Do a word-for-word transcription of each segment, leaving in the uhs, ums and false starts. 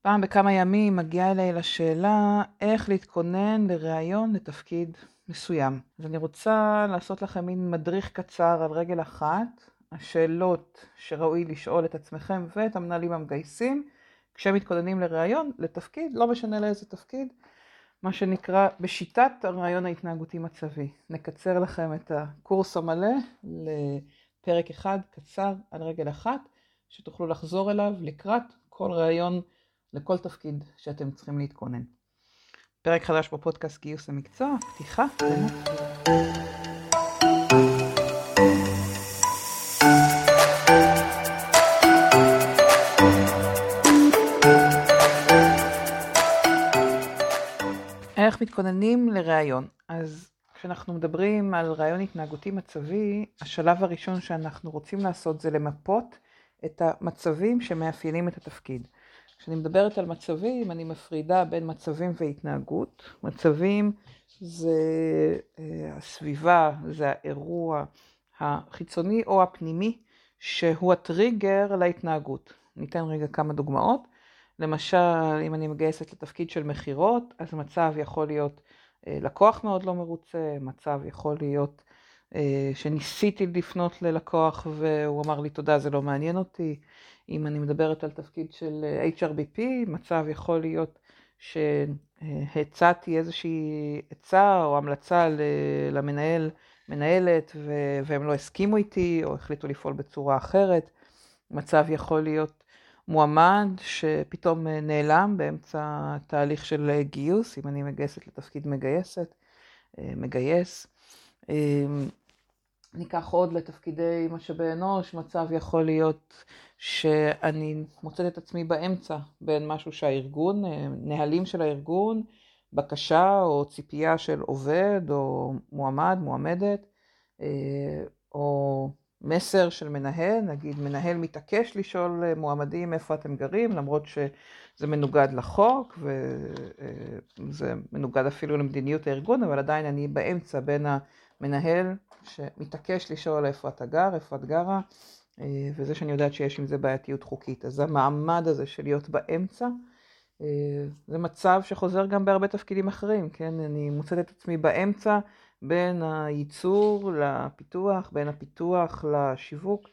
פעם בכמה ימים מגיעה אליי לשאלה איך להתכונן לראיון לתפקיד מסוים. אז אני רוצה לעשות לכם מין מדריך קצר על רגל אחת, השאלות שראוי לשאול את עצמכם ואת המנהלים המגייסים, כשהם מתכוננים לראיון לתפקיד, לא משנה לאיזה תפקיד, מה שנקרא בשיטת הראיון ההתנהגותי מצבי. נקצר לכם את הקורס המלא לפרק אחד קצר על רגל אחת, שתוכלו לחזור אליו לקראת כל ראיון לכל תפקיד שאתם צריכים להתכונן. פרק חדש בפודקאסט גיוס המקצוע, פתיחה ונתחיל. איך מתכוננים לראיון? אז כשאנחנו מדברים על ראיון התנהגותי מצבי, השלב הראשון שאנחנו רוצים לעשות זה למפות את המצבים שמאפיינים את התפקיד. כשאני מדברת על מצבים, אני מפרידה בין מצבים והתנהגות. מצבים זה הסביבה, זה האירוע החיצוני או הפנימי, שהוא הטריגר להתנהגות. ניתן רגע כמה דוגמאות. למשל, אם אני מגייסת לתפקיד של מחירות, אז מצב יכול להיות לקוח מאוד לא מרוצה, מצב יכול להיות שניסיתי לפנות ללקוח והוא אמר לי תודה, זה לא מעניין אותי. אם אני מדברת על תפקיד של אייץ' אר בי פי, מצב יכול להיות שהצעתי איזושהי עצה או המלצה למנהל, מנהלת, והם לא הסכימו איתי או החליטו לפעול בצורה אחרת. מצב יכול להיות מועמד שפתאום נעלם באמצע תהליך של גיוס, אם אני מגייסת לתפקיד מגייסת, מגייס. ניקח עוד לתפקידי משאבי אנוש, מצב יכול להיות שאני מוצאת את עצמי באמצע בין משהו שהארגון, נהלים של הארגון, בקשה או ציפייה של עובד או מועמד, מועמדת, או מסר של מנהל, נגיד מנהל מתעקש לשאול מועמדים איפה אתם גרים, למרות שזה מנוגד לחוק, וזה מנוגד אפילו למדיניות הארגון, אבל עדיין אני באמצע בין המנהל שמתעקש לשאול איפה אתה גר, איפה את גרה, וזה שאני יודעת שיש עם זה בעייתיות חוקית. אז המעמד הזה של להיות באמצע, זה מצב שחוזר גם בהרבה תפקידים אחרים, כן? אני מוצאת את עצמי באמצע, בין הייצור לפיתוח, בין הפיתוח לשיווק,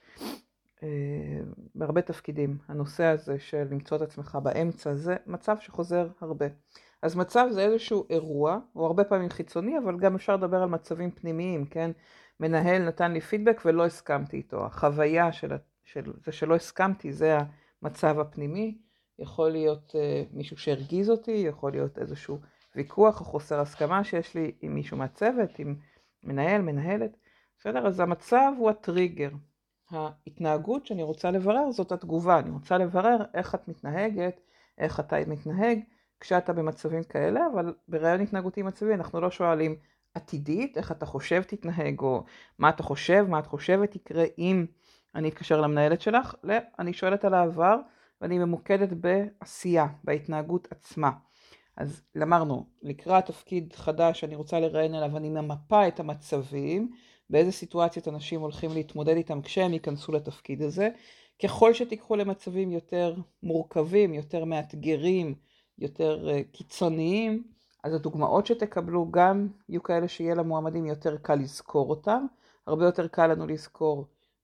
בהרבה תפקידים. הנושא הזה של למצוא את עצמך באמצע, זה מצב שחוזר הרבה. אז מצב זה איזשהו אירוע, הוא הרבה פעמים חיצוני, אבל גם אפשר לדבר על מצבים פנימיים, כן? מנהל נתן לי פידבק ולא הסכמתי איתו. החוויה של, של זה שלא הסכמתי, זה המצב הפנימי. יכול להיות uh, מישהו שהרגיז אותי, יכול להיות איזשהו ויכוח או חוסר הסכמה שיש לי עם מישהו מהצוות, עם מנהל, מנהלת. בסדר? אז המצב הוא הטריגר. ההתנהגות שאני רוצה לברר זאת התגובה. אני רוצה לברר איך את מתנהגת, איך אתה מתנהג כשאתה במצבים כאלה, אבל בראיון התנהגותי מצבי אנחנו לא שואלים עתידית, איך אתה חושב תתנהג, או מה אתה חושב, מה את חושבת יקרה אם אני אתקשר למנהלת שלך. לא, אני שואלת על העבר, ואני ממוקדת בעשייה, בהתנהגות עצמה. אז אמרנו, לקראת תפקיד חדש שאני רוצה לראיין עליו, אני ממפה את המצבים, באיזה סיטואציות אנשים הולכים להתמודד איתם כשהם ייכנסו לתפקיד הזה. ככל שתיקחו למצבים יותר מורכבים, יותר מאתגרים, יותר קיצוניים, אז הדוגמאות שתקבלו גם יהיו כאלה שיהיה למועמדים יותר קל לזכור אותם. הרבה יותר קל לנו לזכור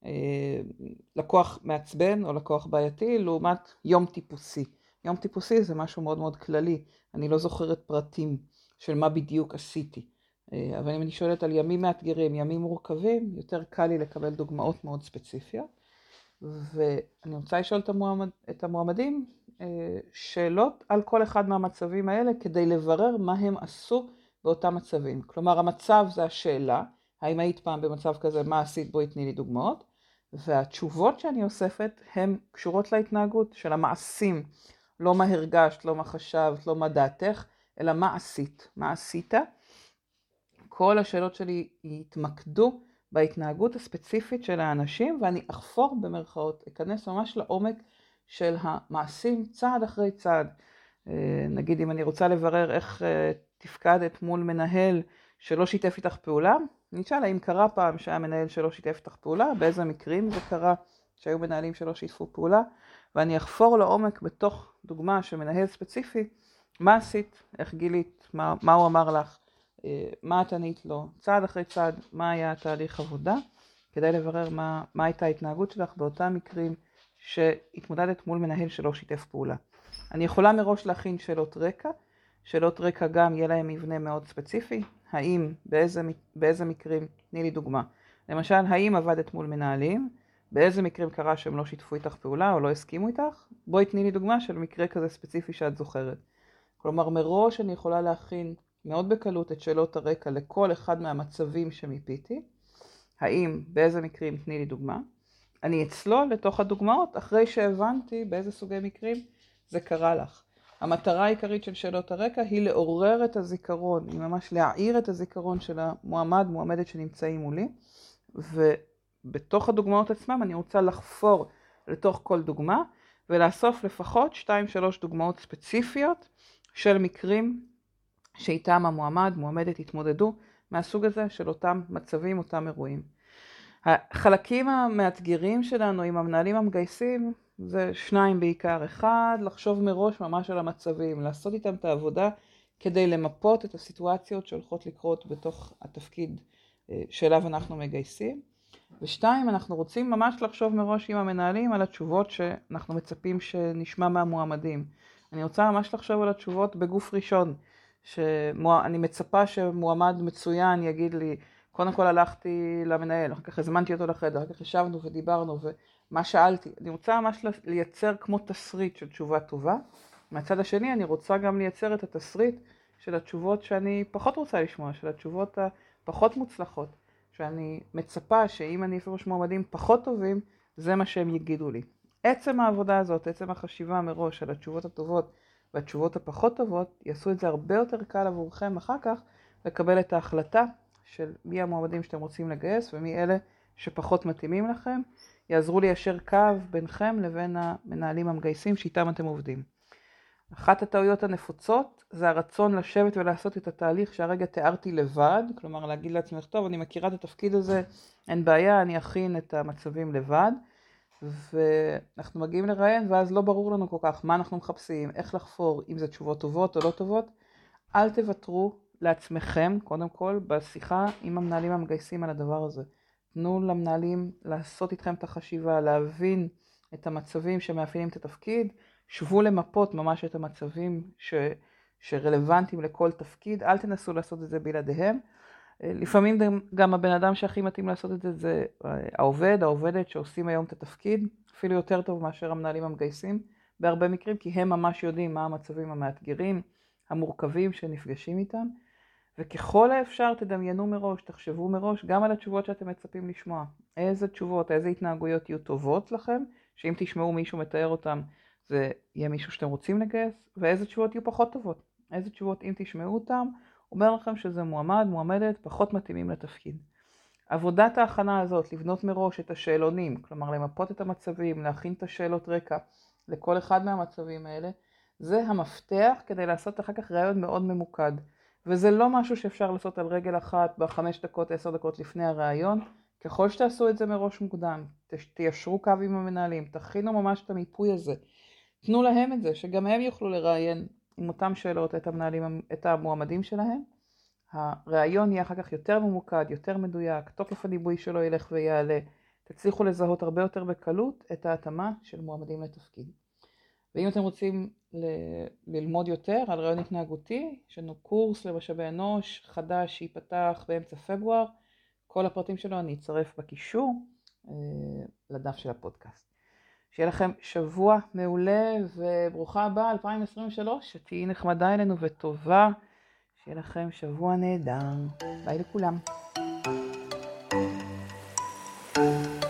לקוח מעצבן או לקוח בעייתי, לעומת יום טיפוסי. יום טיפוסי זה משהו מאוד מאוד כללי. אני לא זוכרת פרטים של מה בדיוק עשיתי. אבל אם אני שואלת על ימים מאתגרים, ימים מורכבים, יותר קל לי לקבל דוגמאות מאוד ספציפיות. ואני רוצה לשאול את, המועמד, את המועמדים שאלות על כל אחד מהמצבים האלה, כדי לברר מה הם עשו באותם מצבים. כלומר, המצב זה השאלה, האם היית פעם במצב כזה, מה עשית, בואי תני לי דוגמאות. והתשובות שאני אוספת הן קשורות להתנהגות של המעשים. לא מה הרגשת, לא מה חשבת, לא מה דעתך, אלא מה עשית. מה עשית? כל השאלות שלי יתמקדו בהתנהגות הספציפית של האנשים, ואני אחפור במרכאות, אכנס ממש לעומק של המעשים צעד אחרי צעד. נגיד אם אני רוצה לברר איך תפקדת מול מנהל שלא שיתף איתך פעולה, נשאל האם קרה פעם שהיה מנהל שלא שיתף איתך פעולה, באיזה מקרים זה קרה שהיו מנהלים שלא שיתפו פעולה, ואני אחפור לעומק בתוך דוגמה של מנהל ספציפי, מה עשית, איך גילית, מה, מה הוא אמר לך, מה את ענית לו, צעד אחרי צעד, מה היה התהליך עבודה, כדי לברר מה, מה הייתה ההתנהגות שלך באותם מקרים שהתמודדת מול מנהל שלא שיתף פעולה. אני יכולה מראש להכין שאלות רקע, שאלות רקע גם יהיה להם מבנה מאוד ספציפי, האם, באיזה, באיזה מקרים, תני לי דוגמה. למשל, האם עבדת מול מנהלים, באיזה מקרים קרה שהם לא שיתפו איתך פעולה או לא הסכימו איתך, בואי תני לי דוגמה של מקרה כזה ספציפי שאת זוכרת. כלומר, מראש אני יכולה להכין מאוד בקלות את שאלות הרקע לכל אחד מהמצבים שמיפיתי, האם, באיזה מקרים, תני לי דוגמה. אני אצלול לתוך הדוגמאות אחרי שהבנתי באיזה סוגי מקרים זה קרה לך. המטרה העיקרית של שאלות הרקע היא לעורר את הזיכרון, היא ממש להעיר את הזיכרון של המועמד, מועמדת שנמצאים מולי, ובתוך הדוגמאות עצמם אני רוצה לחפור לתוך כל דוגמה, ולאסוף לפחות שתיים שלוש דוגמאות ספציפיות של מקרים שאיתם המועמד, מועמדת התמודדו מהסוג הזה של אותם מצבים, אותם אירועים. החלקים המאתגרים שלנו עם המנהלים המגייסים זה שניים בעיקר. אחד, לחשוב מראש ממש על המצבים, לעשות איתם את העבודה כדי למפות את הסיטואציות שהולכות לקרות בתוך התפקיד שאליו אנחנו מגייסים. ושתיים, אנחנו רוצים ממש לחשוב מראש עם המנהלים על התשובות שאנחנו מצפים שנשמע מהמועמדים. אני רוצה ממש לחשוב על התשובות בגוף ראשון, שאני מצפה שמועמד מצוין יגיד לי, קודם כל הלכתי למנהל, אחר כך הזמנתי אותו לחדר, אחר כך ישבנו ודיברנו ומה שאלתי. אני רוצה ממש לייצר כמו תסריט של תשובה טובה. מהצד השני אני רוצה גם לייצר את התסריט של התשובות שאני פחות רוצה לשמוע, של התשובות הפחות מוצלחות, שאני מצפה שאם אני אפרוש מועמדים פחות טובים, זה מה שהם יגידו לי. עצם העבודה הזאת, עצם החשיבה מראש על התשובות הטובות והתשובות הפחות טובות, יעשו את זה הרבה יותר קל עבורכם אחר כך לקבל את ההחלטה של מי המועמדים שאתם רוצים לגייס ומי אלה שפחות מתאימים לכם, יעזרו ליישר קו ביניכם לבין המנהלים המגייסים שאיתם אתם עובדים. אחת הטעויות הנפוצות זה הרצון לשבת ולעשות את התהליך שהרגע תיארתי לבד, כלומר להגיד לעצמך, טוב, אני מכירה את התפקיד הזה, אין בעיה, אני אכין את המצבים לבד, ואנחנו מגיעים לראיין ואז לא ברור לנו כל כך מה אנחנו מחפשים, איך לחפור, אם זה תשובות טובות או לא טובות. אל תוותרו לעצמכם, קודם כל, בשיחה עם המנהלים המגייסים על הדבר הזה. תנו למנהלים לעשות איתכם את החשיבה, להבין את המצבים שמאפיינים את התפקיד, שבו למפות ממש את המצבים ש... שרלוונטיים לכל תפקיד, אל תנסו לעשות את זה בלעדיהם. לפעמים גם הבן אדם שהכי מתאים לעשות את זה, זה העובד, העובדת שעושים היום את התפקיד, אפילו יותר טוב מאשר המנהלים המגייסים, בהרבה מקרים, כי הם ממש יודעים מה המצבים המאתגרים, המורכבים שנפגשים איתם, וככל האפשר תדמיינו מראש, תחשבו מראש גם על התשובות שאתם מצפים לשמוע. איזה תשובות, איזה התנהגויות יהיו טובות לכם, שאם תשמעו מישהו מתאר אותם, זה יהיה מישהו שאתם רוצים לגייס, ואיזה תשובות יהיו פחות טובות. איזה תשובות אם תשמעו אותם, אומר לכם שזה מועמד, מועמדת, פחות מתאימים לתפקיד. עבודת ההכנה הזאת, לבנות מראש את השאלונים, כלומר למפות את המצבים, להכין את השאלות רקע לכל אחד מהמצבים האלה, זה המפתח כדי לעשות אחר כך ראיון מאוד ממוקד. וזה לא משהו שאפשר לעשות על רגל אחת בחמש דקות, עשר דקות לפני הראיון. ככל שתעשו את זה מראש מוקדם, תיישרו קו עם המנהלים, תכינו ממש את המיפוי הזה. תנו להם את זה, שגם הם יוכלו לראיין עם אותם שאלות את המנהלים, את המועמדים שלהם. הראיון יהיה אחר כך יותר ממוקד, יותר מדויק, תוקף הניבוי שלו ילך ויעלה. תצליחו לזהות הרבה יותר בקלות את ההתאמה של מועמדים לתפקיד. ואם אתם רוצים ל- ללמוד יותר על ראיון התנהגותי, יש לנו קורס למשאבי אנוש חדש שיפתח באמצע פברואר, כל הפרטים שלו אני אצרף בקישור אה, לדף של הפודקאסט. שיהיה לכם שבוע מעולה וברוכה הבאה אלפיים עשרים ושלוש, שתהיי נחמדה אלינו וטובה, שיהיה לכם שבוע נהדר, ביי לכולם.